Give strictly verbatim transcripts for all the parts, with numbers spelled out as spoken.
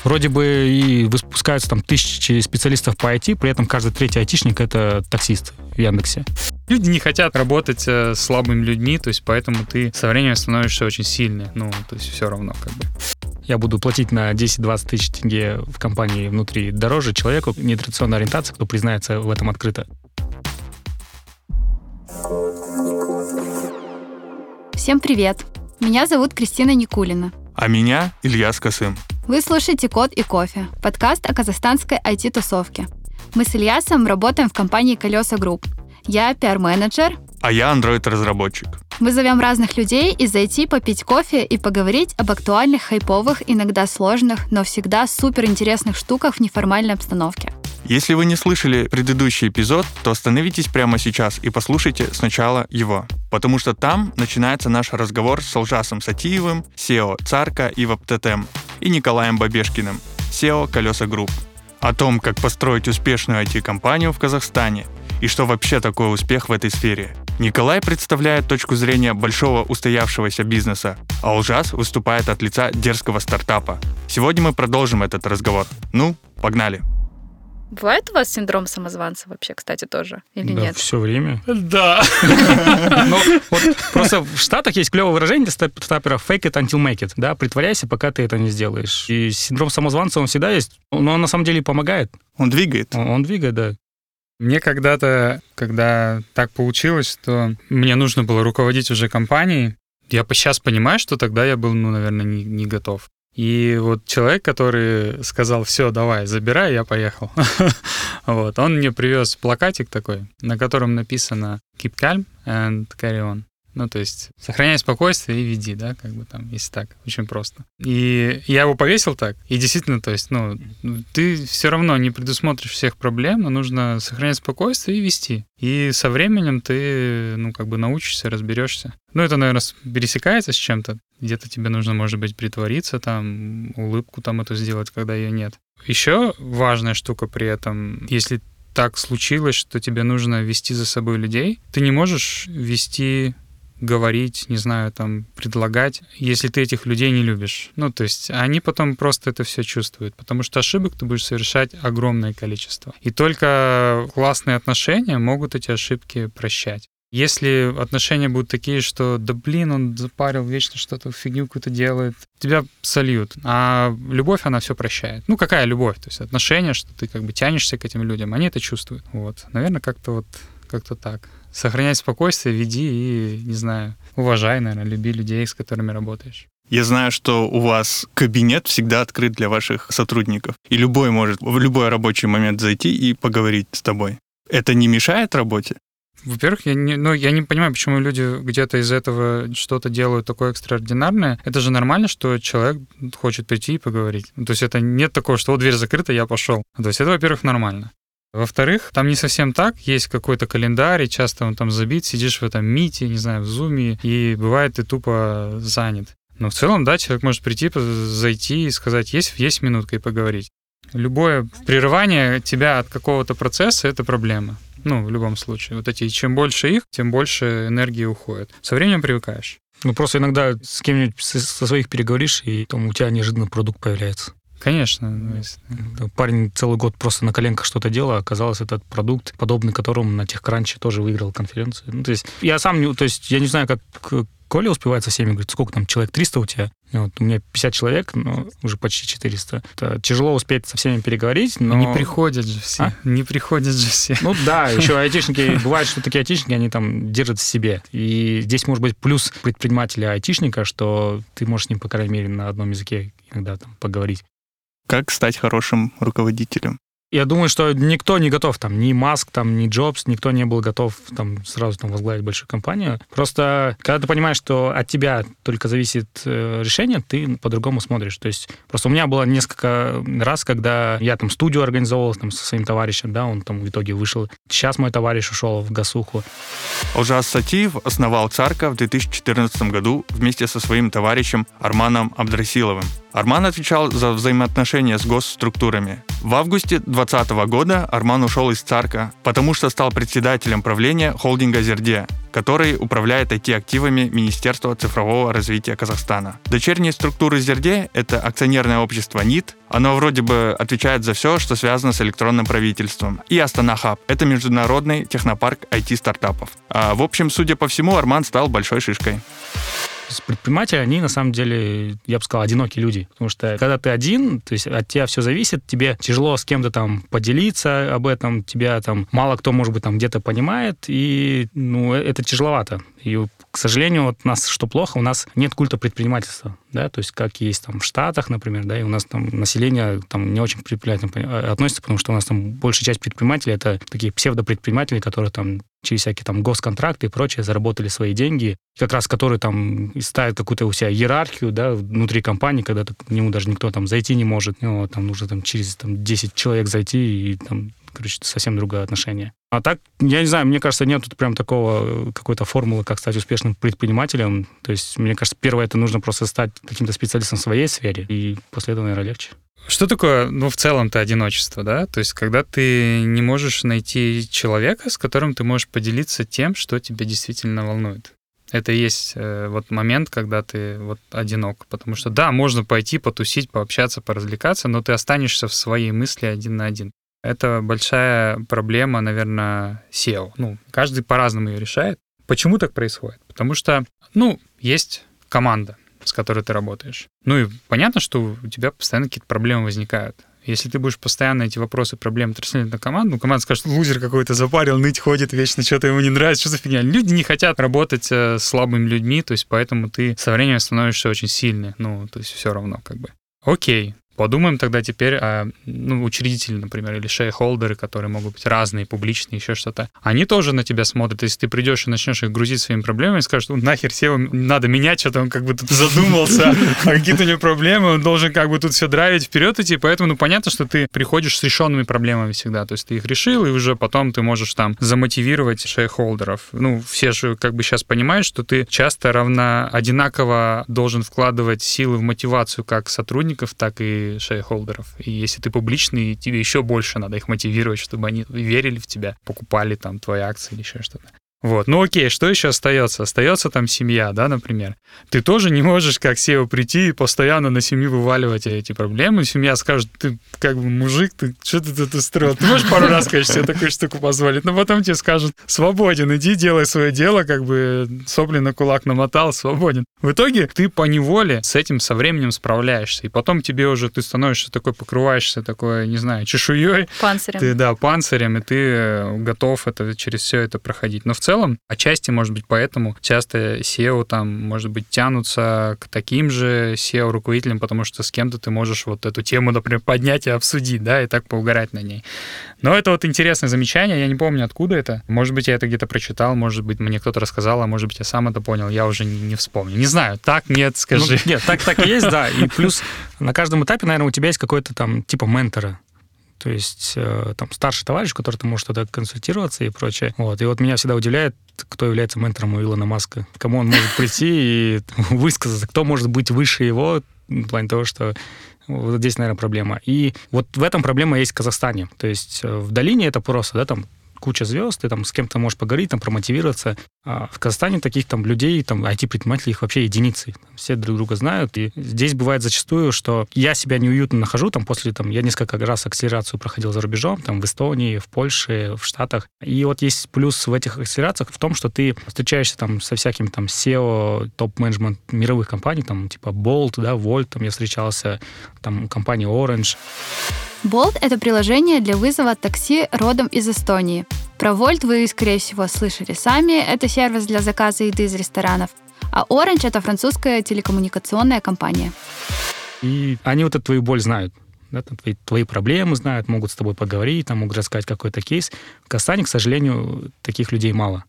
Вроде бы и выпускаются там тысячи специалистов по ай ти, при этом каждый третий айтишник — это таксист в Яндексе. Люди не хотят работать с слабыми людьми, то есть поэтому ты со временем становишься очень сильным. Ну, то есть все равно как бы. Я буду платить на десять-двадцать тысяч тенге в компании внутри дороже человеку нетрадиционной ориентации, кто признается в этом открыто. Всем привет! Меня зовут Кристина Никулина. А меня Илья Скосым. Вы слушаете «Код и кофе» — подкаст о казахстанской ай ти-тусовке. Мы с Ильясом работаем в компании «Колеса Групп». Я пиар-менеджер. А я андроид-разработчик. Мы зовем разных людей из ай ти попить кофе и поговорить об актуальных, хайповых, иногда сложных, но всегда суперинтересных штуках в неформальной обстановке. Если вы не слышали предыдущий эпизод, то остановитесь прямо сейчас и послушайте сначала его. Потому что там начинается наш разговор с Олжасом Сатиевым, си и о Царка и Вебтотем, и Николаем Бабешкиным, си и о Колеса Групп. О том, как построить успешную ай ти-компанию в Казахстане и что вообще такое успех в этой сфере. Николай представляет точку зрения большого устоявшегося бизнеса, а Олжас выступает от лица дерзкого стартапа. Сегодня мы продолжим этот разговор. Ну, погнали! Бывает у вас синдром самозванца вообще, кстати, тоже? Или да, нет? Все время. Да. Ну, вот просто в Штатах есть клевое выражение для стартаперов: fake it until make it. Да, притворяйся, пока ты это не сделаешь. И синдром самозванца, он всегда есть, но он на самом деле помогает. Он двигает. Он, он двигает, да. Мне когда-то, когда так получилось, что мне нужно было руководить уже компанией, я сейчас понимаю, что тогда я был, ну, наверное, не, не готов. И вот человек, который сказал: все, давай, забирай, я поехал. Вот, он мне привез плакатик такой, на котором написано «Keep calm and carry on». Ну, то есть сохраняй спокойствие и веди, да, как бы там, если так, очень просто. И я его повесил так, и действительно, то есть, ну, ты все равно не предусмотришь всех проблем, но нужно сохранять спокойствие и вести. И со временем ты, ну, как бы научишься, разберешься. Ну, это, наверное, пересекается с чем-то. Где-то тебе нужно, может быть, притвориться, там, улыбку там эту сделать, когда ее нет. Еще важная штука при этом, если так случилось, что тебе нужно вести за собой людей, ты не можешь вести, говорить, не знаю, там, предлагать, если ты этих людей не любишь. Ну, то есть они потом просто это все чувствуют, потому что ошибок ты будешь совершать огромное количество. И только классные отношения могут эти ошибки прощать. Если отношения будут такие, что да блин, он запарил, вечно что-то, фигню какую-то делает, тебя сольют. А любовь, она все прощает. Ну, какая любовь? То есть отношения, что ты как бы тянешься к этим людям, они это чувствуют. Вот. Наверное, как-то вот как-то так. Сохраняй спокойствие, веди и, не знаю, уважай, наверное, люби людей, с которыми работаешь. Я знаю, что у вас кабинет всегда открыт для ваших сотрудников, и любой может в любой рабочий момент зайти и поговорить с тобой. Это не мешает работе? Во-первых, я не, ну, я не понимаю, почему люди где-то из этого что-то делают такое экстраординарное. Это же нормально, что человек хочет прийти и поговорить. То есть это нет такого, что вот дверь закрыта, я пошел. То есть это, во-первых, нормально. Во-вторых, там не совсем так. Есть какой-то календарь, и часто он там забит, сидишь в этом мите, не знаю, в зуме, и бывает ты тупо занят. Но в целом, да, человек может прийти, зайти и сказать: есть, есть минутка, и поговорить. Любое прерывание тебя от какого-то процесса — это проблема. Ну, в любом случае. Вот эти, чем больше их, тем больше энергии уходит. Со временем привыкаешь. Ну, просто иногда с кем-нибудь со своих переговоришь, и там у тебя неожиданно продукт появляется. Конечно. Есть. Парень целый год просто на коленках что-то делал, а оказалось, этот продукт, подобный которому на TechCrunch тоже выиграл конференцию. Ну, то есть я сам, не, то есть я не знаю, как Коля успевает со всеми, говорит: сколько там, человек триста у тебя? Вот, у меня пятьдесят человек, но уже почти четыреста. Это тяжело успеть со всеми переговорить, но... Не приходят же все. А? Не приходят же все. Ну да, еще айтишники, бывает, что такие айтишники, они там держат в себе. И здесь может быть плюс предпринимателя-айтишника, что ты можешь с ним, по крайней мере, на одном языке иногда там поговорить. Как стать хорошим руководителем? Я думаю, что никто не готов, там, ни Маск, там, ни Джобс, никто не был готов там сразу там возглавить большую компанию. Просто, когда ты понимаешь, что от тебя только зависит э, решение, ты по-другому смотришь. То есть, просто у меня было несколько раз, когда я там студию организовывал там со своим товарищем, да, он там в итоге вышел. Сейчас мой товарищ ушел в Гасуху. Олжас Сатиев основал Царка в две тысячи четырнадцатом году вместе со своим товарищем Арманом Абдрасиловым. Арман отвечал за взаимоотношения с госструктурами. В августе двадцатого года Арман ушел из Царка, потому что стал председателем правления холдинга «Зерде», который управляет ай ти-активами Министерства цифрового развития Казахстана. Дочерние структуры «Зерде» — это акционерное общество НИТ. Оно вроде бы отвечает за все, что связано с электронным правительством. И Астана Хаб — это международный технопарк ай ти-стартапов. А, в общем, судя по всему, Арман стал большой шишкой. Предприниматели, они на самом деле, я бы сказал, одинокие люди. Потому что когда ты один, то есть от тебя все зависит, тебе тяжело с кем-то там поделиться об этом, тебя там мало кто, может быть, там где-то понимает, и ну, это тяжеловато. И, к сожалению, вот у нас что плохо, у нас нет культа предпринимательства, да, то есть как есть там в Штатах, например, да, и у нас там население там не очень предпринимательно относится, потому что у нас там большая часть предпринимателей — это такие псевдопредприниматели, которые там через всякие там госконтракты и прочее заработали свои деньги, как раз которые там ставят какую-то у себя иерархию, да, внутри компании, когда к нему даже никто там зайти не может, ну, там нужно там через там, десять человек зайти, и там, короче, совсем другое отношение. А так, я не знаю, мне кажется, нет тут прям такого какой-то формулы, как стать успешным предпринимателем. То есть, мне кажется, первое, это нужно просто стать каким-то специалистом в своей сфере, и после этого, наверное, легче. Что такое, ну, в целом-то одиночество, да? То есть, когда ты не можешь найти человека, с которым ты можешь поделиться тем, что тебя действительно волнует. Это и есть э, вот момент, когда ты вот одинок. Потому что, да, можно пойти потусить, пообщаться, поразвлекаться, но ты останешься в своей мысли один на один. Это большая проблема, наверное, сео. Ну, каждый по-разному ее решает. Почему так происходит? Потому что, ну, есть команда, с которой ты работаешь. Ну и понятно, что у тебя постоянно какие-то проблемы возникают. Если ты будешь постоянно эти вопросы, проблемы транслировать на команду, ну, команда скажет, лузер какой-то запарил, ныть ходит вечно, что-то ему не нравится, что за фигня. Люди не хотят работать с слабыми людьми, то есть поэтому ты со временем становишься очень сильным. Ну, то есть все равно как бы. Окей. Подумаем тогда теперь о ну, учредителе, например, или шейрхолдеры, которые могут быть разные, публичные, еще что-то. Они тоже на тебя смотрят. Если ты придешь и начнешь их грузить своими проблемами, скажешь, ну, нахер сео надо менять, что-то он как бы тут задумался, а какие-то у него проблемы, он должен как бы тут все драйвить, вперед идти. Поэтому, ну, понятно, что ты приходишь с решенными проблемами всегда. То есть ты их решил, и уже потом ты можешь там замотивировать шейрхолдеров. Ну, все же как бы сейчас понимают, что ты часто равно одинаково должен вкладывать силы в мотивацию как сотрудников, так и шейрхолдеров. И если ты публичный, тебе еще больше надо их мотивировать, чтобы они верили в тебя, покупали там твои акции или еще что-то. Вот. Ну окей, что еще остается? Остается там семья, да, например. Ты тоже не можешь как сео прийти и постоянно на семью вываливать эти проблемы. Семья скажет, ты как бы мужик, ты что ты тут устроил? Ты можешь пару раз, конечно, себе такую штуку позволить, но потом тебе скажут, свободен, иди, делай свое дело, как бы сопли на кулак намотал, свободен. В итоге ты поневоле с этим со временем справляешься. И потом тебе уже, ты становишься такой, покрываешься такой, не знаю, чешуей. Панцирем. Ты, да, панцирем, и ты готов это, через все это проходить. Но в целом В целом, отчасти, может быть, поэтому часто сео там, может быть, тянутся к таким же сео-руководителям, потому что с кем-то ты можешь вот эту тему, например, поднять и обсудить, да, и так поугарать на ней. Но это вот интересное замечание, я не помню, откуда это. Может быть, я это где-то прочитал, может быть, мне кто-то рассказал, а может быть, я сам это понял, я уже не, не вспомню. Не знаю, так, нет, скажи. Ну, нет, так, так и есть, да. И плюс на каждом этапе, наверное, у тебя есть какой-то там типа ментора. То есть э, там старший товарищ, который ты можешь туда консультироваться и прочее. Вот. И вот меня всегда удивляет, кто является ментором у Илона Маска. Кому он может прийти и высказаться, кто может быть выше его, в плане того, что вот здесь, наверное, проблема. И вот в этом проблема есть в Казахстане. То есть в долине это просто, да, там куча звезд, ты там с кем-то можешь поговорить, там, промотивироваться. А в Казахстане таких там людей, там, ай ти-предпринимателей, их вообще единицы. Там, все друг друга знают. И здесь бывает зачастую, что я себя неуютно нахожу, там, после, там, я несколько раз акселерацию проходил за рубежом, там, в Эстонии, в Польше, в Штатах. И вот есть плюс в этих акселерациях в том, что ты встречаешься там со всякими там сео, топ-менеджмент мировых компаний, там, типа Bolt, да, Volt, там, я встречался, там, компания Orange. Bolt — это приложение для вызова такси родом из Эстонии. Про Volt вы, скорее всего, слышали сами. Это сервис для заказа еды из ресторанов. А Orange — это французская телекоммуникационная компания. И они вот эту твою боль знают. Да, там, твои, твои проблемы знают, могут с тобой поговорить, там, могут рассказать какой-то кейс. В Казахстане, к сожалению, таких людей мало.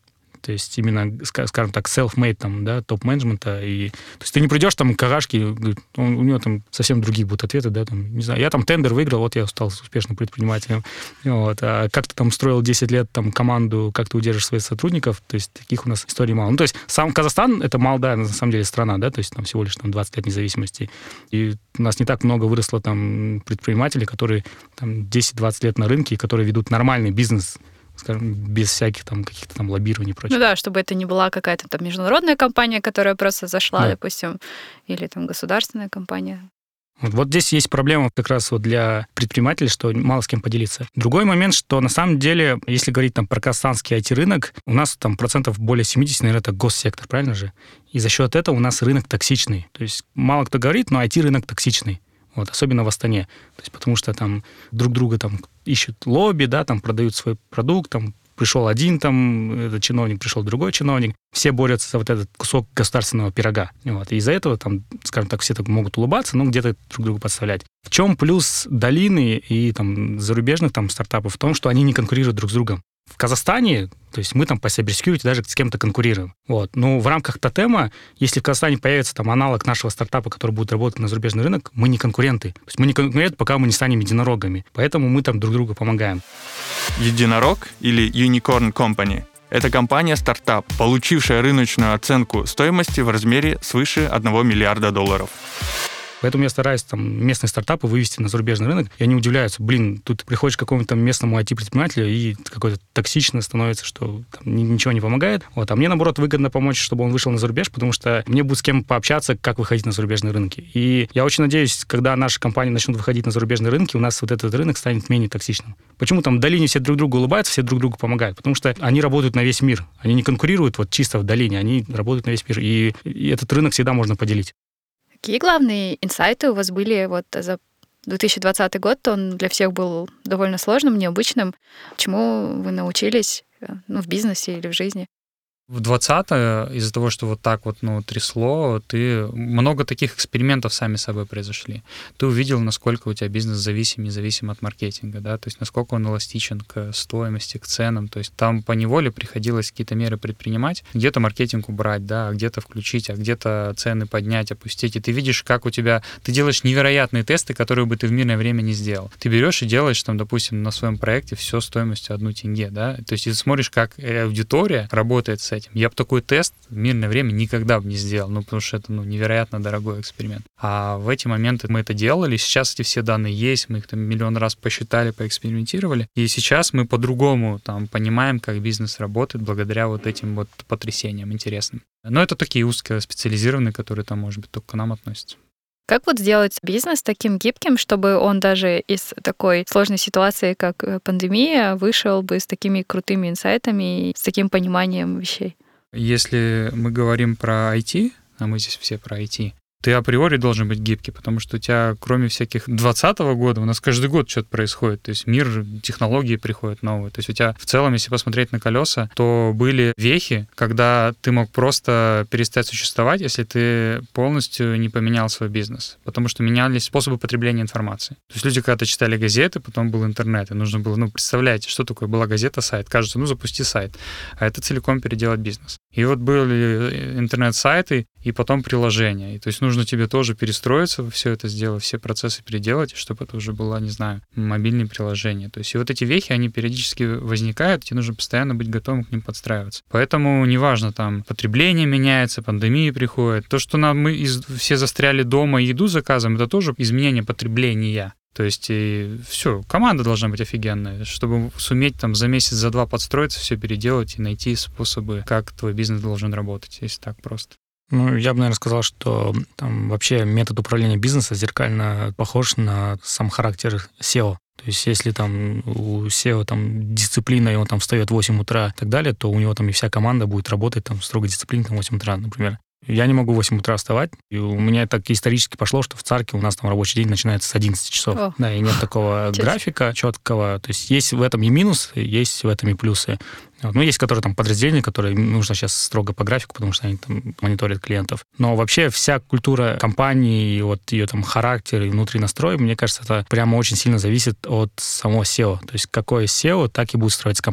то есть именно, скажем так, self-made там, да, топ-менеджмента. И, то есть ты не придешь там к Агашке, он, у него там совсем другие будут ответы, да, там, не знаю, я там тендер выиграл, вот я стал успешным предпринимателем. Вот. А как ты там строил десять лет там команду, как ты удержишь своих сотрудников, то есть таких у нас историй мало. Ну, то есть сам Казахстан — это молодая, на самом деле, страна, да, то есть там всего лишь там двадцать лет независимости. И у нас не так много выросло там предпринимателей, которые там десять-двадцать лет на рынке, и которые ведут нормальный бизнес, скажем, без всяких там каких-то там лоббирований и прочего. Ну да, чтобы это не была какая-то там международная компания, которая просто зашла, да. допустим, или там государственная компания. Вот, вот здесь есть проблема как раз вот для предпринимателей, что мало с кем поделиться. Другой момент, что на самом деле, если говорить там про казахстанский ай ти-рынок, у нас там процентов более семьдесят, наверное, это госсектор, правильно же? И за счет этого у нас рынок токсичный. То есть мало кто говорит, но ай ти-рынок токсичный. Вот, особенно в Астане. То есть потому что там друг друга там ищут лобби, да, там продают свой продукт, там пришел один там этот чиновник, пришел другой чиновник. Все борются за вот этот кусок государственного пирога. Вот. И из-за этого, там, скажем так, все так могут улыбаться, но где-то друг другу подставлять. В чем плюс долины и там зарубежных там стартапов? В том, что они не конкурируют друг с другом. В Казахстане, то есть мы там по cybersecurity даже с кем-то конкурируем. Вот. Но в рамках тотема, если в Казахстане появится там аналог нашего стартапа, который будет работать на зарубежный рынок, мы не конкуренты. То есть мы не конкуренты, пока мы не станем единорогами. Поэтому мы там друг другу помогаем. Единорог или Unicorn Company – это компания-стартап, получившая рыночную оценку стоимости в размере свыше одного миллиарда долларов. Поэтому я стараюсь там местные стартапы вывести на зарубежный рынок, и они удивляются, блин, тут приходишь к какому-то местному ай ти-предпринимателю, и какой-то токсично становится, что там ничего не помогает. Вот. А мне, наоборот, выгодно помочь, чтобы он вышел на зарубеж, потому что мне будет с кем пообщаться, как выходить на зарубежные рынки. И я очень надеюсь, когда наши компании начнут выходить на зарубежные рынки, у нас вот этот рынок станет менее токсичным. Почему там в долине все друг другу улыбаются, все друг другу помогают? Потому что они работают на весь мир. Они не конкурируют вот чисто в долине, они работают на весь мир. И, и этот рынок всегда можно поделить. Какие главные инсайты у вас были вот за две тысячи двадцатый год? Он для всех был довольно сложным, необычным. Чему вы научились, ну, в бизнесе или в жизни? В двадцатое из-за того, что вот так вот, ну, трясло, ты много таких экспериментов сами собой произошли. Ты увидел, насколько у тебя бизнес зависим, независим от маркетинга, да, то есть насколько он эластичен к стоимости, к ценам, то есть там поневоле приходилось какие-то меры предпринимать, где-то маркетинг убрать, да, а где-то включить, а где-то цены поднять, опустить, и ты видишь, как у тебя, ты делаешь невероятные тесты, которые бы ты в мирное время не сделал. Ты берешь и делаешь там, допустим, на своем проекте все стоимостью одну тенге, да, то есть ты смотришь, как аудитория работает с этим. Я бы такой тест в мирное время никогда бы не сделал, ну, потому что это, ну, невероятно дорогой эксперимент. А в эти моменты мы это делали, сейчас эти все данные есть, мы их там миллион раз посчитали, поэкспериментировали, и сейчас мы по-другому там понимаем, как бизнес работает благодаря вот этим вот потрясениям интересным. Но это такие узкоспециализированные, которые там, может быть, только к нам относятся. Как вот сделать бизнес таким гибким, чтобы он даже из такой сложной ситуации, как пандемия, вышел бы с такими крутыми инсайтами и с таким пониманием вещей? Если мы говорим про ай ти, а мы здесь все про ай ти, ты априори должен быть гибкий, потому что у тебя, кроме всяких двадцатого года, у нас каждый год что-то происходит. То есть мир, технологии приходят новые. То есть у тебя в целом, если посмотреть на колеса, то были вехи, когда ты мог просто перестать существовать, если ты полностью не поменял свой бизнес. Потому что менялись способы потребления информации. То есть люди когда-то читали газеты, потом был интернет, и нужно было, ну, представляете, что такое была газета, сайт. Кажется, ну, запусти сайт. А это целиком переделать бизнес. И вот были интернет-сайты, и потом приложения. И то есть нужно тебе тоже перестроиться, все это сделать, все процессы переделать, чтобы это уже было, не знаю, мобильное приложение. То есть и вот эти вехи, они периодически возникают, тебе нужно постоянно быть готовым к ним подстраиваться. Поэтому неважно, там, потребление меняется, пандемия приходит. То, что нам, мы из, все застряли дома и еду заказываем, это тоже изменение потребления. То есть и все, команда должна быть офигенная, чтобы суметь там за месяц, за два подстроиться, все переделать и найти способы, как твой бизнес должен работать, если так просто. Ну, я бы, наверное, сказал, что там вообще метод управления бизнеса зеркально похож на сам характер сео. То есть если там у сео там дисциплина, и он там встает в восемь утра и так далее, то у него там и вся команда будет работать там строго дисциплиной там в восемь утра, например. Я не могу в восемь утра вставать, и у меня так исторически пошло, что в Царке у нас там рабочий день начинается с одиннадцати часов. О. Да, и нет такого графика четкого. То есть есть в этом и минусы, есть в этом и плюсы. Вот. Ну, есть которые там подразделения, которые нужно сейчас строго по графику, потому что они там мониторят клиентов. Но вообще вся культура компании, и вот ее там характер и внутренний настрой, мне кажется, это прямо очень сильно зависит от самого сео. То есть какое сео, так и будет строиться компания.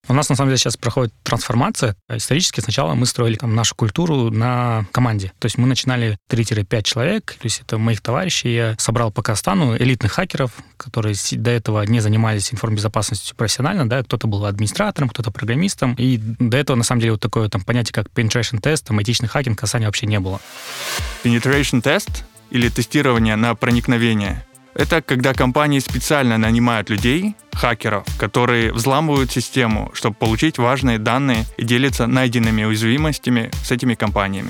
У нас, на самом деле, сейчас проходит трансформация. Исторически сначала мы строили там нашу культуру на команде. То есть мы начинали три-пять человек, то есть это моих товарищей. Я собрал по Казахстану элитных хакеров, которые до этого не занимались информбезопасностью профессионально, да, кто-то был администратором, кто-то программистом, и до этого, на самом деле, вот такое там понятие, как penetration тест, там этичный хакинг в Казахстане вообще не было. Penetration тест или тестирование на проникновение — это когда компании специально нанимают людей, хакеров, которые взламывают систему, чтобы получить важные данные и делиться найденными уязвимостями с этими компаниями.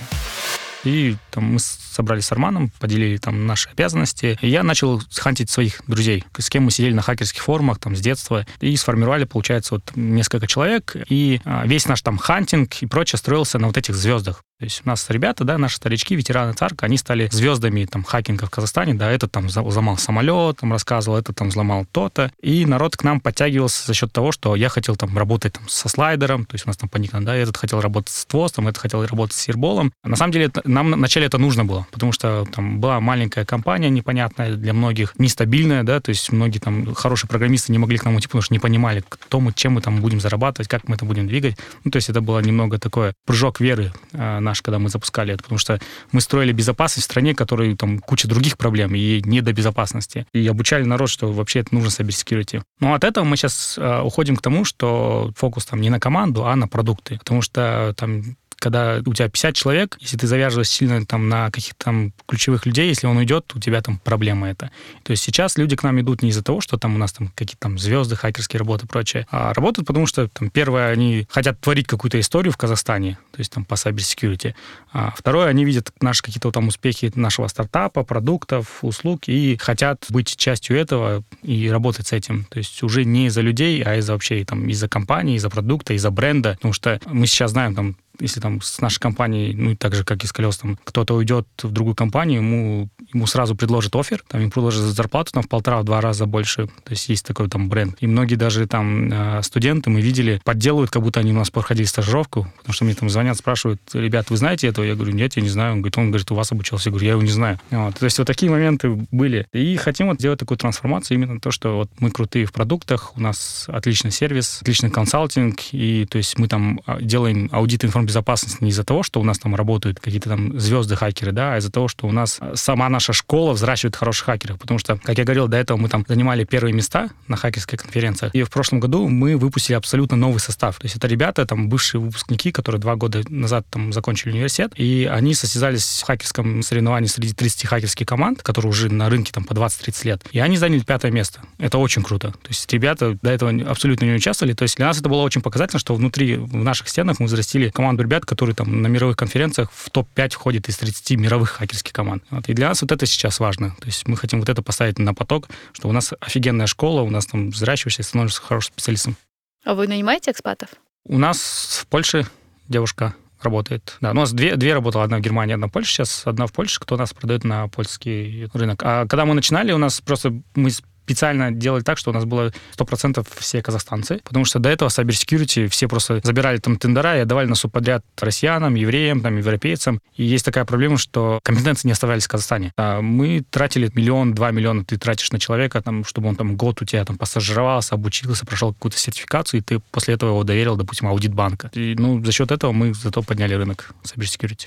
И там мы собрались с Арманом, поделили там наши обязанности. И я начал хантить своих друзей, с кем мы сидели на хакерских форумах там с детства. И сформировали, получается, вот несколько человек. И а, весь наш там хантинг и прочее строился на вот этих звездах. То есть у нас ребята, да, наши старички, ветераны Царка, они стали звездами там хакинга в Казахстане. Да, этот там взломал самолет, там рассказывал, этот там взломал то-то. И народ к нам подтягивался за счет того, что я хотел там работать там со слайдером, то есть у нас там поникно, да, этот хотел работать с твостом, этот хотел работать с серболом. На самом деле это, нам вначале это нужно было, потому что там была маленькая компания непонятная для многих, нестабильная, да, то есть многие там хорошие программисты не могли к нам уйти, потому что не понимали, кто мы, чем мы там будем зарабатывать, как мы это будем двигать. Ну, то есть это было немного такое прыжок веры э, наш, когда мы запускали это, потому что мы строили безопасность в стране, которой там куча других проблем, и не до безопасности. И обучали народ, что вообще это нужно cybersecurity. Но от этого мы сейчас э, уходим к тому, что фокус там не на команду, а на продукты. Потому что там когда у тебя пятьдесят человек, если ты завязываешь сильно там на каких-то там ключевых людей, если он уйдет, у тебя там проблема это. То есть сейчас люди к нам идут не из-за того, что там у нас там какие-то там звезды, хакерские работы и прочее, а работают потому, что там первое, они хотят творить какую-то историю в Казахстане, то есть там по cybersecurity. А второе, они видят наши какие-то там успехи нашего стартапа, продуктов, услуг и хотят быть частью этого и работать с этим. То есть уже не из-за людей, а из-за вообще там из-за компании, из-за продукта, из-за бренда. Потому что мы сейчас знаем там, если там с нашей компанией, ну, так же, как и с колес, там, кто-то уйдет в другую компанию, ему, ему сразу предложат оффер, там, ему предложат зарплату там, в полтора-два раза больше, то есть есть такой там бренд. И многие даже там студенты, мы видели, подделывают, как будто они у нас проходили стажировку, потому что мне там звонят, спрашивают: ребят, вы знаете этого? Я говорю: нет, я не знаю. Он говорит, он говорит, у вас обучался. Я говорю, я его не знаю. Вот. То есть вот такие моменты были. И хотим вот сделать такую трансформацию, именно то, что вот мы крутые в продуктах, у нас отличный сервис, отличный консалтинг, и то есть мы там делаем аудит информации безопасность не из-за того, что у нас там работают какие-то там звезды-хакеры, да, а из-за того, что у нас сама наша школа взращивает хороших хакеров. Потому что, как я говорил, до этого мы там занимали первые места на хакерских конференциях. И в прошлом году мы выпустили абсолютно новый состав. То есть это ребята, там, бывшие выпускники, которые два года назад там закончили университет, и они состязались в хакерском соревновании среди тридцати хакерских команд, которые уже на рынке там по двадцать-тридцать лет. И они заняли пятое место. Это очень круто. То есть ребята до этого абсолютно не участвовали. То есть для нас это было очень показательно, что внутри, в наших стенах мы взрастили команду ребят, которые там на мировых конференциях в топ пять входят из тридцати мировых хакерских команд. Вот. И для нас вот это сейчас важно. То есть мы хотим вот это поставить на поток, что у нас офигенная школа, у нас там взращиваешься и становишься хорошим специалистом. А вы нанимаете экспатов? У нас в Польше девушка работает. Да, у нас две, две работала, одна в Германии, одна в Польше, сейчас одна в Польше, кто нас продает на польский рынок. А когда мы начинали, у нас просто мы специально делали так, что у нас было сто процентов все казахстанцы, потому что до этого в cybersecurity все просто забирали там тендера и отдавали на субподряд россиянам, евреям, там, европейцам. И есть такая проблема, что компетенции не оставались в Казахстане. А мы тратили миллион, два миллиона ты тратишь на человека, там, чтобы он там год у тебя там постажировался, обучился, прошел какую-то сертификацию, и ты после этого его доверил, допустим, аудит банка. И, ну, за счет этого мы зато подняли рынок cybersecurity.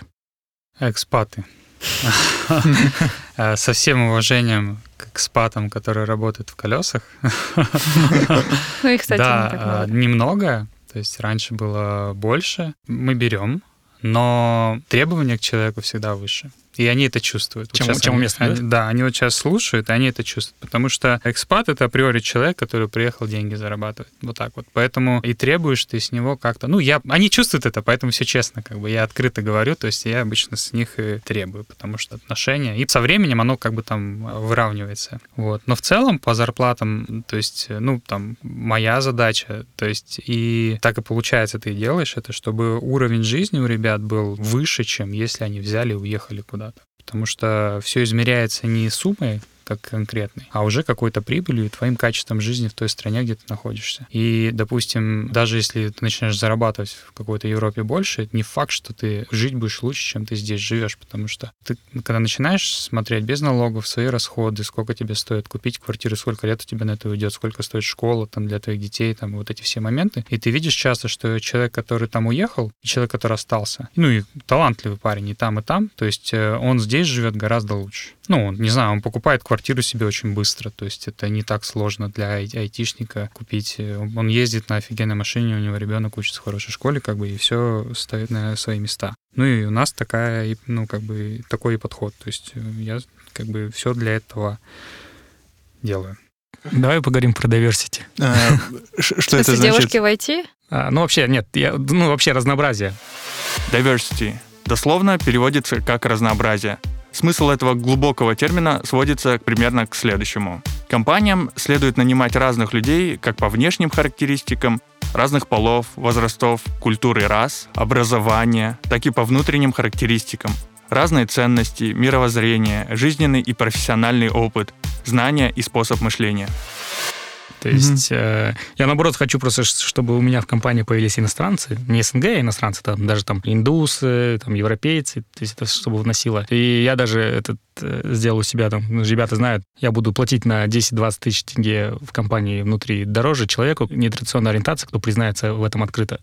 Экспаты. Со всем уважением к экспатам, которые работают в колесах. Ну, их, кстати, да, не так много. Немного. То есть раньше было больше. Мы берем, но требования к человеку всегда выше. И они это чувствуют. Чем, вот чем они, уместно, они, да? Да, они вот сейчас слушают, и они это чувствуют. Потому что экспат — это априори человек, который приехал деньги зарабатывать. Вот так вот. Поэтому и требуешь ты с него как-то... Ну, я, они чувствуют это, поэтому все честно. Как бы я открыто говорю, то есть я обычно с них и требую, потому что отношения... И со временем оно как бы там выравнивается. Вот. Но в целом по зарплатам, то есть, ну, там, моя задача, то есть, и так и получается, ты делаешь это, чтобы уровень жизни у ребят был выше, чем если они взяли и уехали куда-то. Потому что все измеряется не суммой как конкретный, а уже какой-то прибылью и твоим качеством жизни в той стране, где ты находишься. И, допустим, даже если ты начинаешь зарабатывать в какой-то Европе больше, это не факт, что ты жить будешь лучше, чем ты здесь живешь, потому что ты, когда начинаешь смотреть без налогов свои расходы, сколько тебе стоит купить квартиру, сколько лет у тебя на это уйдет, сколько стоит школа там, для твоих детей, там, вот эти все моменты, и ты видишь часто, что человек, который там уехал, и человек, который остался, ну и талантливый парень и там, и там, то есть он здесь живет гораздо лучше. Ну, не знаю, он покупает квартиру себе очень быстро, то есть это не так сложно для ай- айтишника купить. Он ездит на офигенной машине, у него ребенок учится в хорошей школе, как бы, и все стоит на свои места. Ну и у нас такая, ну, как бы, такой подход. То есть я, как бы, все для этого делаю. Давай поговорим про diversity. А, что это значит? Девушки в ай ти? А, ну, вообще, нет, я, ну, вообще разнообразие. Diversity дословно переводится как разнообразие. Смысл этого глубокого термина сводится примерно к следующему. Компаниям следует нанимать разных людей как по внешним характеристикам, разных полов, возрастов, культур и рас, образования, так и по внутренним характеристикам. Разные ценности, мировоззрение, жизненный и профессиональный опыт, знания и способ мышления. То есть mm-hmm. э, я, наоборот, хочу просто, чтобы у меня в компании появились иностранцы, не СНГ, а иностранцы, там, даже там индусы, там, европейцы, то есть это чтобы вносило. И я даже этот э, сделал у себя, там, ребята знают, я буду платить на десять-двадцать тысяч тенге в компании внутри дороже человеку нетрадиционной ориентации, кто признается в этом открыто.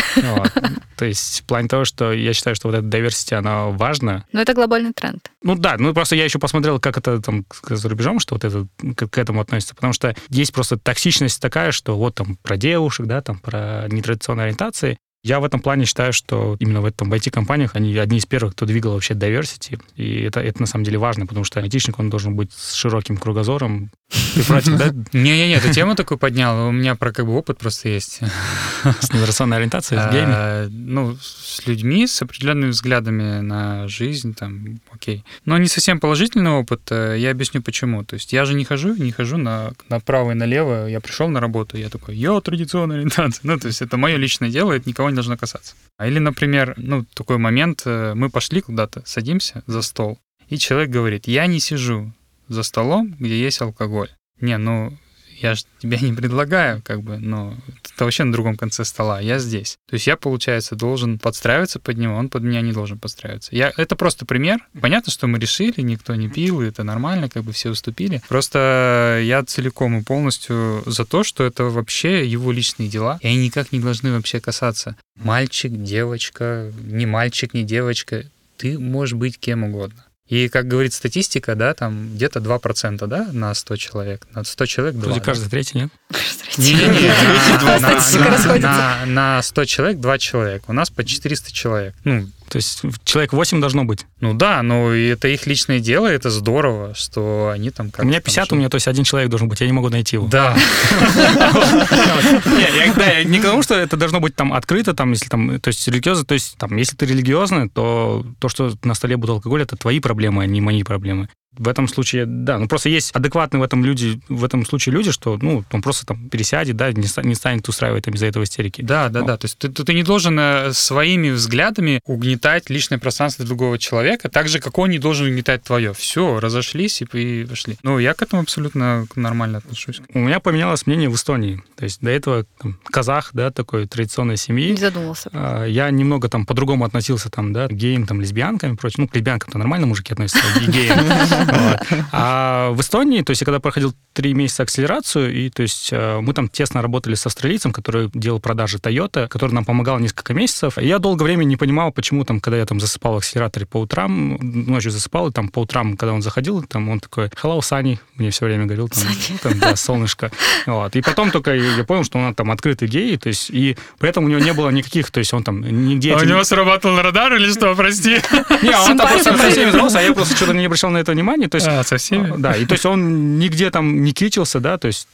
То есть в плане того, что я считаю, что вот эта diversity, она важна. Но это глобальный тренд. Ну да, ну просто я еще посмотрел, как это там за рубежом, что вот это к этому относится, потому что есть просто токсичность такая, что вот там про девушек, да, там про нетрадиционные ориентации. Я в этом плане считаю, что именно в этом в ай ти-компаниях они одни из первых, кто двигал вообще diversity, и это, это на самом деле важно, потому что айтишник, он должен быть с широким кругозором. Ты против, да? Не-не-не, эту тему такую поднял, у меня про как бы опыт просто есть. С нетрадиционной ориентацией, с гейми? Ну, с людьми, с определенными взглядами на жизнь, там, окей. Но не совсем положительный опыт, я объясню почему. То есть я же не хожу, не хожу на, направо и налево, я пришел на работу, я такой, я традиционная ориентация. Ну, то есть это мое личное дело, это никого не должно касаться. А или, например, ну, такой момент, мы пошли куда-то, садимся за стол, и человек говорит, я не сижу за столом, где есть алкоголь. Не, ну, я же тебя не предлагаю, как бы, но ты вообще на другом конце стола, я здесь. То есть я, получается, должен подстраиваться под него, он под меня не должен подстраиваться. Я, это просто пример. Понятно, что мы решили, никто не пил, и это нормально, как бы все уступили. Просто я целиком и полностью за то, что это вообще его личные дела, и они никак не должны вообще касаться. Мальчик, девочка, не мальчик, не девочка. Ты можешь быть кем угодно. И, как говорит статистика, да, там где-то два процента, да, на сто человек. На сто человек два. Вроде каждый третий, нет? Не-не-не, на сто человек два человека. У нас по четыреста человек. Ну, то есть человек восемь должно быть? Ну да, но это их личное дело, это здорово, что они там как-то... У меня пятьдесят, у меня, то есть один человек должен быть, я не могу найти его. Да. Не к тому, что это должно быть там открыто, там, если там, то есть религиозно, то есть там, если ты религиозный, то то, что на столе будет алкоголь, это твои проблемы, а не мои проблемы. В этом случае, да, ну просто есть адекватные в этом люди, в этом случае люди, что, ну, он просто там пересядет, да, не, не станет устраивать там из-за этого истерики. Да, да, ну. да, то есть ты, ты не должен своими взглядами угнетать личное пространство другого человека, так же, как он не должен угнетать твое. Все, разошлись и, и пошли. Ну, я к этому абсолютно нормально отношусь. У меня поменялось мнение в Эстонии. То есть до этого там, казах, да, такой традиционной семьи. Не задумался. Я немного там по-другому относился там, да, к геям, там, лесбиянкам и прочее. Ну, к лесбиянкам-то нормально мужики относятся, и геям. Вот. А в Эстонии, то есть я когда проходил три месяца акселерацию, и то есть мы там тесно работали с австралийцем, который делал продажи Toyota, который нам помогал несколько месяцев. И я долгое время не понимал, почему там, когда я там засыпал в акселераторе по утрам, ночью засыпал, и там по утрам, когда он заходил, там он такой, hello, Sunny, мне все время говорил, там, там да, солнышко. Вот. И потом только я понял, что он там открытый гей, то есть, и при этом у него не было никаких, то есть он там нигде... А у него сработал радар или что, прости? Не, он там просто со всеми дрался, а я просто что-то не обращал на это внимания, то есть... А, со всеми? Да, и то есть он нигде там не кичился, да, то есть, ну,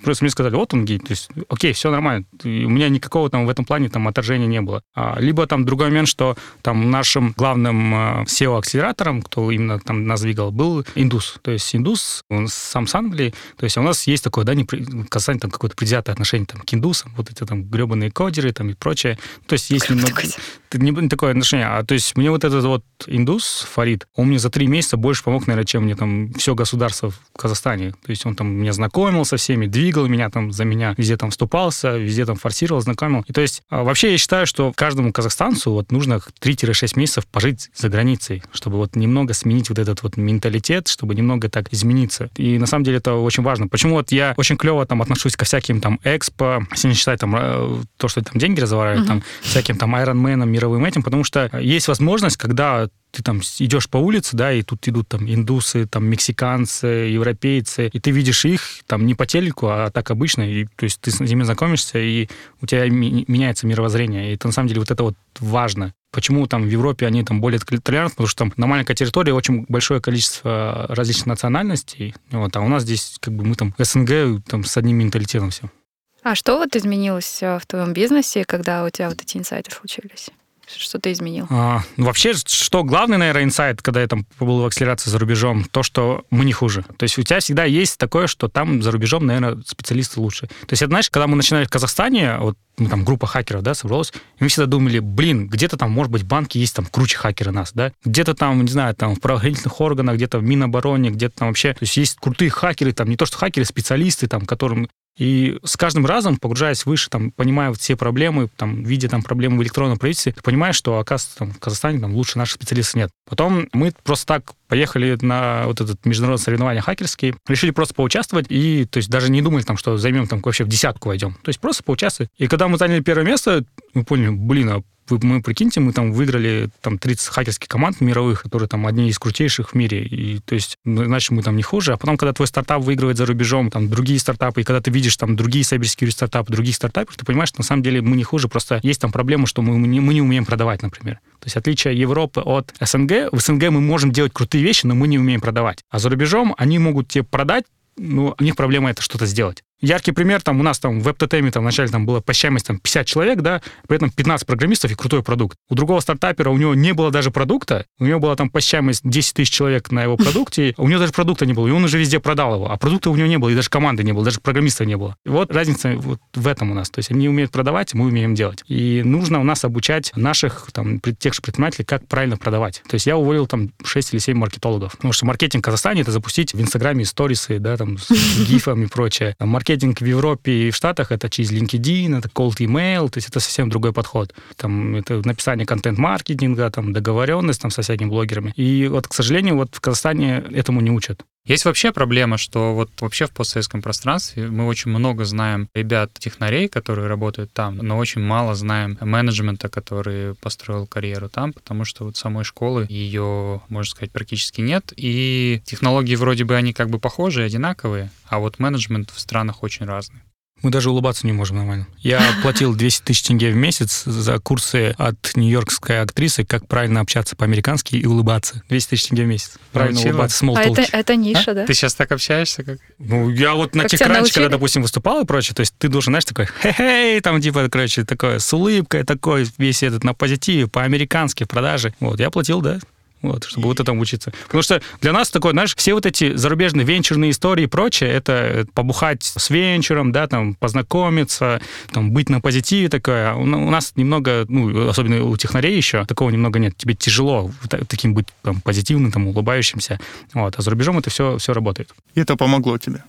Просто мне сказали, вот он гей, то есть, окей, все нормально. И у меня никакого там в этом плане там отторжения не было. А, либо там другой момент, что там нашим главным сео-акселератором, кто именно там нас двигал, был индус. То есть индус, он сам с Англии, то есть у нас есть такое, да, непри... Казань, там какое-то предвзятое отношение там, к индусам, вот эти там гребаные кодеры там и прочее. То есть есть немного... Не, не такое отношение. А то есть мне вот этот вот индус, Фарид, он мне за три месяца больше помог, наверное, чем мне там все государство в Казахстане. То есть он там меня знакомил со всеми, двигал меня там за меня, везде там вступался, везде там форсировал, знакомил. И то есть вообще я считаю, что каждому казахстанцу вот нужно три-шесть месяцев пожить за границей, чтобы вот немного сменить вот этот вот менталитет, чтобы немного так измениться. И на самом деле это очень важно. Почему вот я очень клево там отношусь ко всяким там экспо, если не считать там то, что там деньги разворачивают, uh-huh. там всяким там айронменам, мировым этим, потому что есть возможность, когда ты там идешь по улице, да, и тут идут там индусы, там мексиканцы, европейцы, и ты видишь их там не по телеку, а так обычно, и то есть ты с ними знакомишься, и у тебя ми- меняется мировоззрение, и это на самом деле вот это вот важно. Почему там в Европе они там более толерантны, потому что там на маленькой территории очень большое количество различных национальностей, вот, а у нас здесь как бы мы там СНГ там с одним менталитетом все. А что вот изменилось в твоем бизнесе, когда у тебя вот эти инсайты случились? Что ты изменил? А, вообще, что главный, наверное, инсайт, когда я там был в акселерации за рубежом, то, что мы не хуже. То есть у тебя всегда есть такое, что там за рубежом, наверное, специалисты лучше. То есть, это, знаешь, когда мы начинали в Казахстане, вот ну, там группа хакеров, да, собралась, и мы всегда думали, блин, где-то там, может быть, банки есть там круче хакеры нас, да, где-то там, не знаю, там в правоохранительных органах, где-то в Минобороне, где-то там вообще, то есть есть крутые хакеры, там не то что хакеры, специалисты, там, которым... И с каждым разом, погружаясь выше, там, понимая все проблемы, там, видя там, проблемы в электронном правительстве, ты понимаешь, что, оказывается, там, в Казахстане там, лучше наших специалистов нет. Потом мы просто так поехали на вот этот международное соревнование хакерские, решили просто поучаствовать, и то есть даже не думали, там, что займем там, вообще в десятку войдем. То есть просто поучаствовать. И когда мы заняли первое место, мы поняли, блин, а вы, мы, прикиньте, мы там выиграли там тридцать хакерских команд мировых, которые там одни из крутейших в мире. И то есть, значит, мы там не хуже. А потом, когда твой стартап выигрывает за рубежом, там другие стартапы, и когда ты видишь там другие cybersecurity стартапы, других стартапов, ты понимаешь, что на самом деле мы не хуже, просто есть там проблема, что мы не, мы не умеем продавать, например. То есть отличие Европы от СНГ, в СНГ мы можем делать крутые вещи, но мы не умеем продавать. А за рубежом они могут тебе продать, но у них проблема это что-то сделать. Яркий пример, там у нас там в WebTotem там вначале там была посещаемость там пятьдесят человек, да, при этом пятнадцать программистов и крутой продукт. У другого стартапера у него не было даже продукта, у него была там посещаемость десять тысяч человек на его продукте, у него даже продукта не было, и он уже везде продал его, а продукта у него не было, и даже команды не было, даже программистов не было. И вот разница вот в этом у нас, то есть они умеют продавать, мы умеем делать. И нужно у нас обучать наших там тех же предпринимателей, как правильно продавать. То есть я уволил там шесть или семь маркетологов, потому что маркетинг в Казахстане — это запустить в Инстаграме сторисы, да, там с гифами и прочее. Маркетинг в Европе и в Штатах — это через LinkedIn, это cold email, то есть это совсем другой подход. Там это написание контент-маркетинга, там договоренность там со всякими блогерами. И вот, к сожалению, вот в Казахстане этому не учат. Есть вообще проблема, что вот вообще в постсоветском пространстве мы очень много знаем ребят-технарей, которые работают там, но очень мало знаем менеджмента, который построил карьеру там, потому что вот самой школы ее, можно сказать, практически нет. И технологии вроде бы они как бы похожие, одинаковые, а вот менеджмент в странах очень разный. Мы даже улыбаться не можем нормально. Я платил двести тысяч тенге в месяц за курсы от нью-йоркской актрисы, как правильно общаться по-американски и улыбаться. двести тысяч тенге в месяц. Правильно Научила? улыбаться, small А talk. это, это ниша, а? Да? Ты сейчас так общаешься, как? Ну, я вот на Как тебя техкранче, научили? когда, допустим, выступал и прочее, то есть ты должен, знаешь, такой, хе-хей, там, типа, короче, такое, с улыбкой, такой, весь этот на позитиве, по-американски в продаже. Вот, я платил, да. Вот, чтобы вот этому учиться. Потому что для нас такое, знаешь, все вот эти зарубежные венчурные истории и прочее, это побухать с венчуром, да, там, познакомиться, там, быть на позитиве такое. У нас немного, ну, особенно у технарей еще, такого немного нет. Тебе тяжело таким быть там, позитивным, там, улыбающимся. Вот. А за рубежом это все, все работает. И это помогло тебе?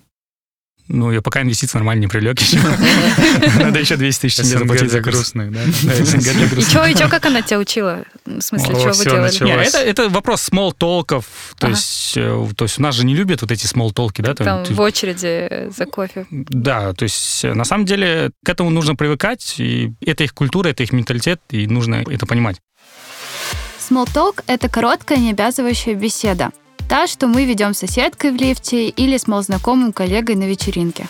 Ну, я пока инвестиции нормально не привлек еще. Надо еще двести тысяч тенге заплатить за грустных, да? СНГ для грустных. И что, и что, как она тебя учила? В смысле, что вы делали? Не, это, это вопрос смолл-толков. То, ага. есть, то есть у нас же не любят вот эти смолл-толки, да? Там ты... в очереди за кофе. Да, то есть на самом деле к этому нужно привыкать, и это их культура, это их менталитет, и нужно это понимать. Small talk — это короткая, необязывающая беседа. Та, что мы ведем с соседкой в лифте или с малознакомым коллегой на вечеринке.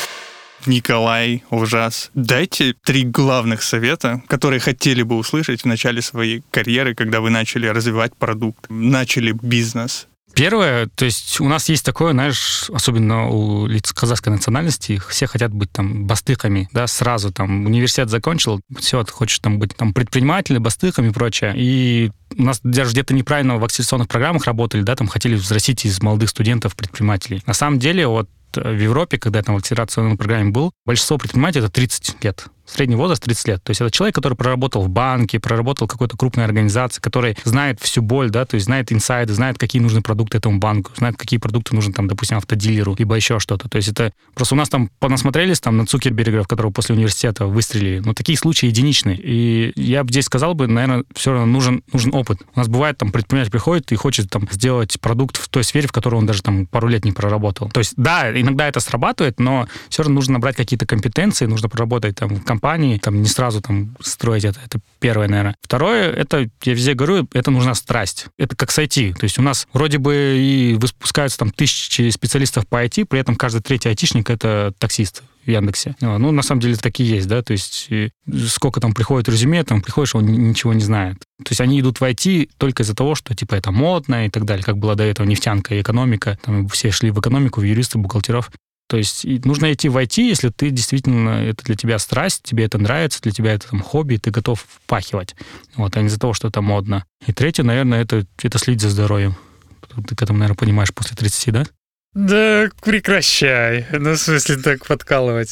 Николай, Ужас, дайте три главных совета, которые хотели бы услышать в начале своей карьеры, когда вы начали развивать продукт, начали бизнес. Первое, то есть у нас есть такое, знаешь, особенно у лиц казахской национальности, все хотят быть там бастыками, да, сразу там университет закончил, все, ты хочешь там быть там предпринимателем, бастыком и прочее. И у нас даже где-то неправильно в акселерационных программах работали, да, там хотели взрастить из молодых студентов предпринимателей. На самом деле, вот в Европе, когда я там в акселерационной программе был, большинство предпринимателей это тридцать лет. Средний возраст тридцать лет. То есть это человек, который проработал в банке, проработал в какой-то крупной организации, который знает всю боль, да, то есть знает инсайды, знает, какие нужны продукты этому банку, знает, какие продукты нужны, там, допустим, автодилеру, либо еще что-то. То есть это просто у нас там понасмотрелись там на Цукербергеров, которые после университета выстрелили. Но такие случаи единичны. И я бы здесь сказал бы, наверное, все равно нужен, нужен опыт. У нас бывает, там, предприниматель приходит и хочет там сделать продукт в той сфере, в которой он даже там пару лет не проработал. То есть, да, иногда это срабатывает, но все равно нужно набрать какие-то компетенции, нужно проработать там в компании, там не сразу там строить это. Это первое, наверное. Второе, это, я везде говорю, это нужна страсть. Это как с ай ти. То есть у нас вроде бы и выпускаются там тысячи специалистов по ай ти, при этом каждый третий айтишник — это таксист в Яндексе. Ну, на самом деле, такие есть, да, то есть сколько там приходит резюме, там приходишь, он ничего не знает. То есть они идут в ай ти только из-за того, что, типа, это модно и так далее, как было до этого нефтянка и экономика, там все шли в экономику, в юристов, бухгалтеров. То есть нужно идти в ай ти, если ты действительно, это для тебя страсть, тебе это нравится, для тебя это там хобби, ты готов впахивать, вот, а не из-за того, что это модно. И третье, наверное, это, это следить за здоровьем. Ты к этому, наверное, понимаешь после тридцати, да? Да прекращай. Ну, в смысле, так подкалывать.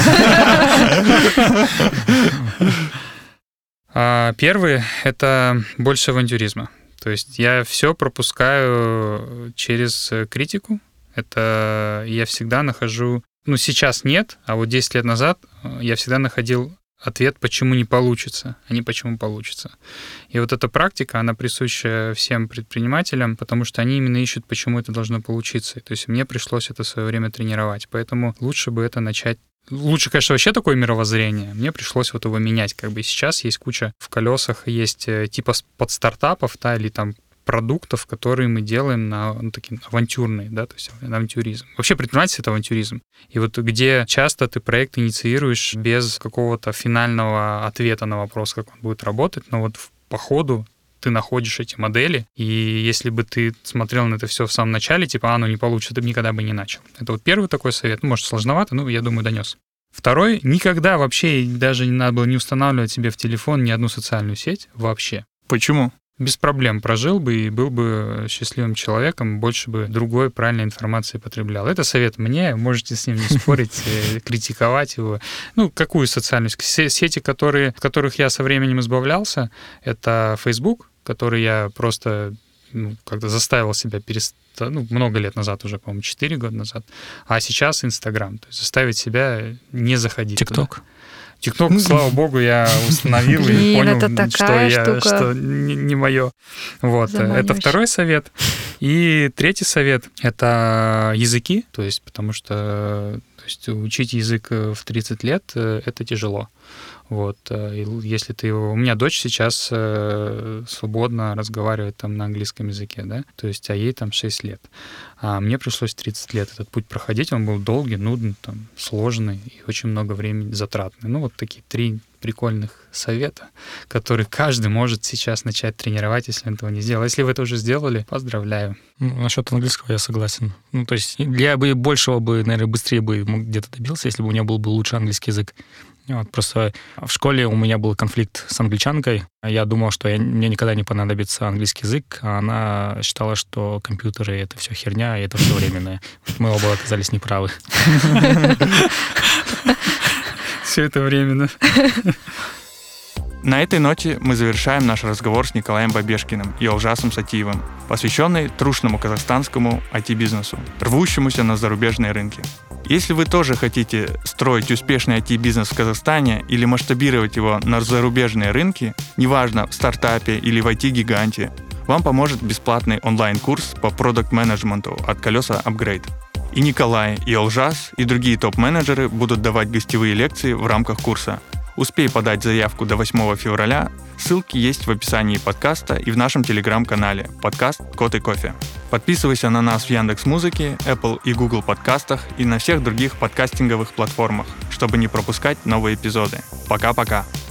Первый — это больше авантюризма. То есть я все пропускаю через критику. Это я всегда нахожу... Ну, сейчас нет, а вот десять лет назад я всегда находил ответ, почему не получится, а не почему получится. И вот эта практика, она присуща всем предпринимателям, потому что они именно ищут, почему это должно получиться. То есть мне пришлось это в свое время тренировать. Поэтому лучше бы это начать... Лучше, конечно, вообще такое мировоззрение. Мне пришлось вот его менять. Как бы сейчас есть куча в колесах, есть типа подстартапов, да, или там продуктов, которые мы делаем на ну, такие авантюрные, да, то есть авантюризм. Вообще предпринимательство — это авантюризм. И вот где часто ты проект инициируешь без какого-то финального ответа на вопрос, как он будет работать, но вот по ходу ты находишь эти модели, и если бы ты смотрел на это все в самом начале, типа, а, ну не получится, ты бы никогда бы не начал. Это вот первый такой совет. Ну, может, сложновато, но я думаю, донес. Второй, никогда вообще даже не надо было не устанавливать себе в телефон ни одну социальную сеть вообще. Почему? Без проблем прожил бы и был бы счастливым человеком, больше бы другой правильной информации потреблял. Это совет мне, можете с ним не спорить, критиковать его. Ну, какую социальную сеть? Сети, которые, от которых я со временем избавлялся, это Facebook, который я просто ну, как-то заставил себя перестать, ну, много лет назад уже, по-моему, четыре года назад, а сейчас Инстаграм, то есть заставить себя не заходить туда. ТикТок. ТикТок, слава богу, я установил и понял, что я что не, не мое. Вот. Это второй совет. И третий совет — это языки, то есть потому что то есть, учить язык в тридцать лет — это тяжело. Вот. И если ты его... У меня дочь сейчас э, свободно разговаривает там на английском языке, да, то есть, а ей там шесть лет. А мне пришлось тридцать лет этот путь проходить, он был долгий, нудный, там, сложный и очень много времени затратный. Ну, вот такие три прикольных совета, которые каждый может сейчас начать тренировать, если он этого не сделал. Если вы это уже сделали, поздравляю. Ну, насчет английского я согласен. Ну, то есть я бы большего бы, наверное, быстрее бы где-то добился, если бы у меня был бы лучше английский язык. Вот, просто в школе у меня был конфликт с англичанкой. Я думал, что я, мне никогда не понадобится английский язык, а она считала, что компьютеры — это все херня, и это все временное. Мы оба оказались неправы. Все это временно. На этой ноте мы завершаем наш разговор с Николаем Бабешкиным и Олжасом Сатиевым, посвященный трушному казахстанскому ай ти-бизнесу, рвущемуся на зарубежные рынки. Если вы тоже хотите строить успешный ай ти-бизнес в Казахстане или масштабировать его на зарубежные рынки, неважно, в стартапе или в ай ти-гиганте, вам поможет бесплатный онлайн-курс по продакт-менеджменту от Колеса Upgrade. И Николай, и Олжас, и другие топ-менеджеры будут давать гостевые лекции в рамках курса. Успей подать заявку до восьмого февраля. Ссылки есть в описании подкаста и в нашем телеграм-канале подкаст «Кот и кофе». Подписывайся на нас в Яндекс.Музыке, Apple и Google подкастах и на всех других подкастинговых платформах, чтобы не пропускать новые эпизоды. Пока-пока!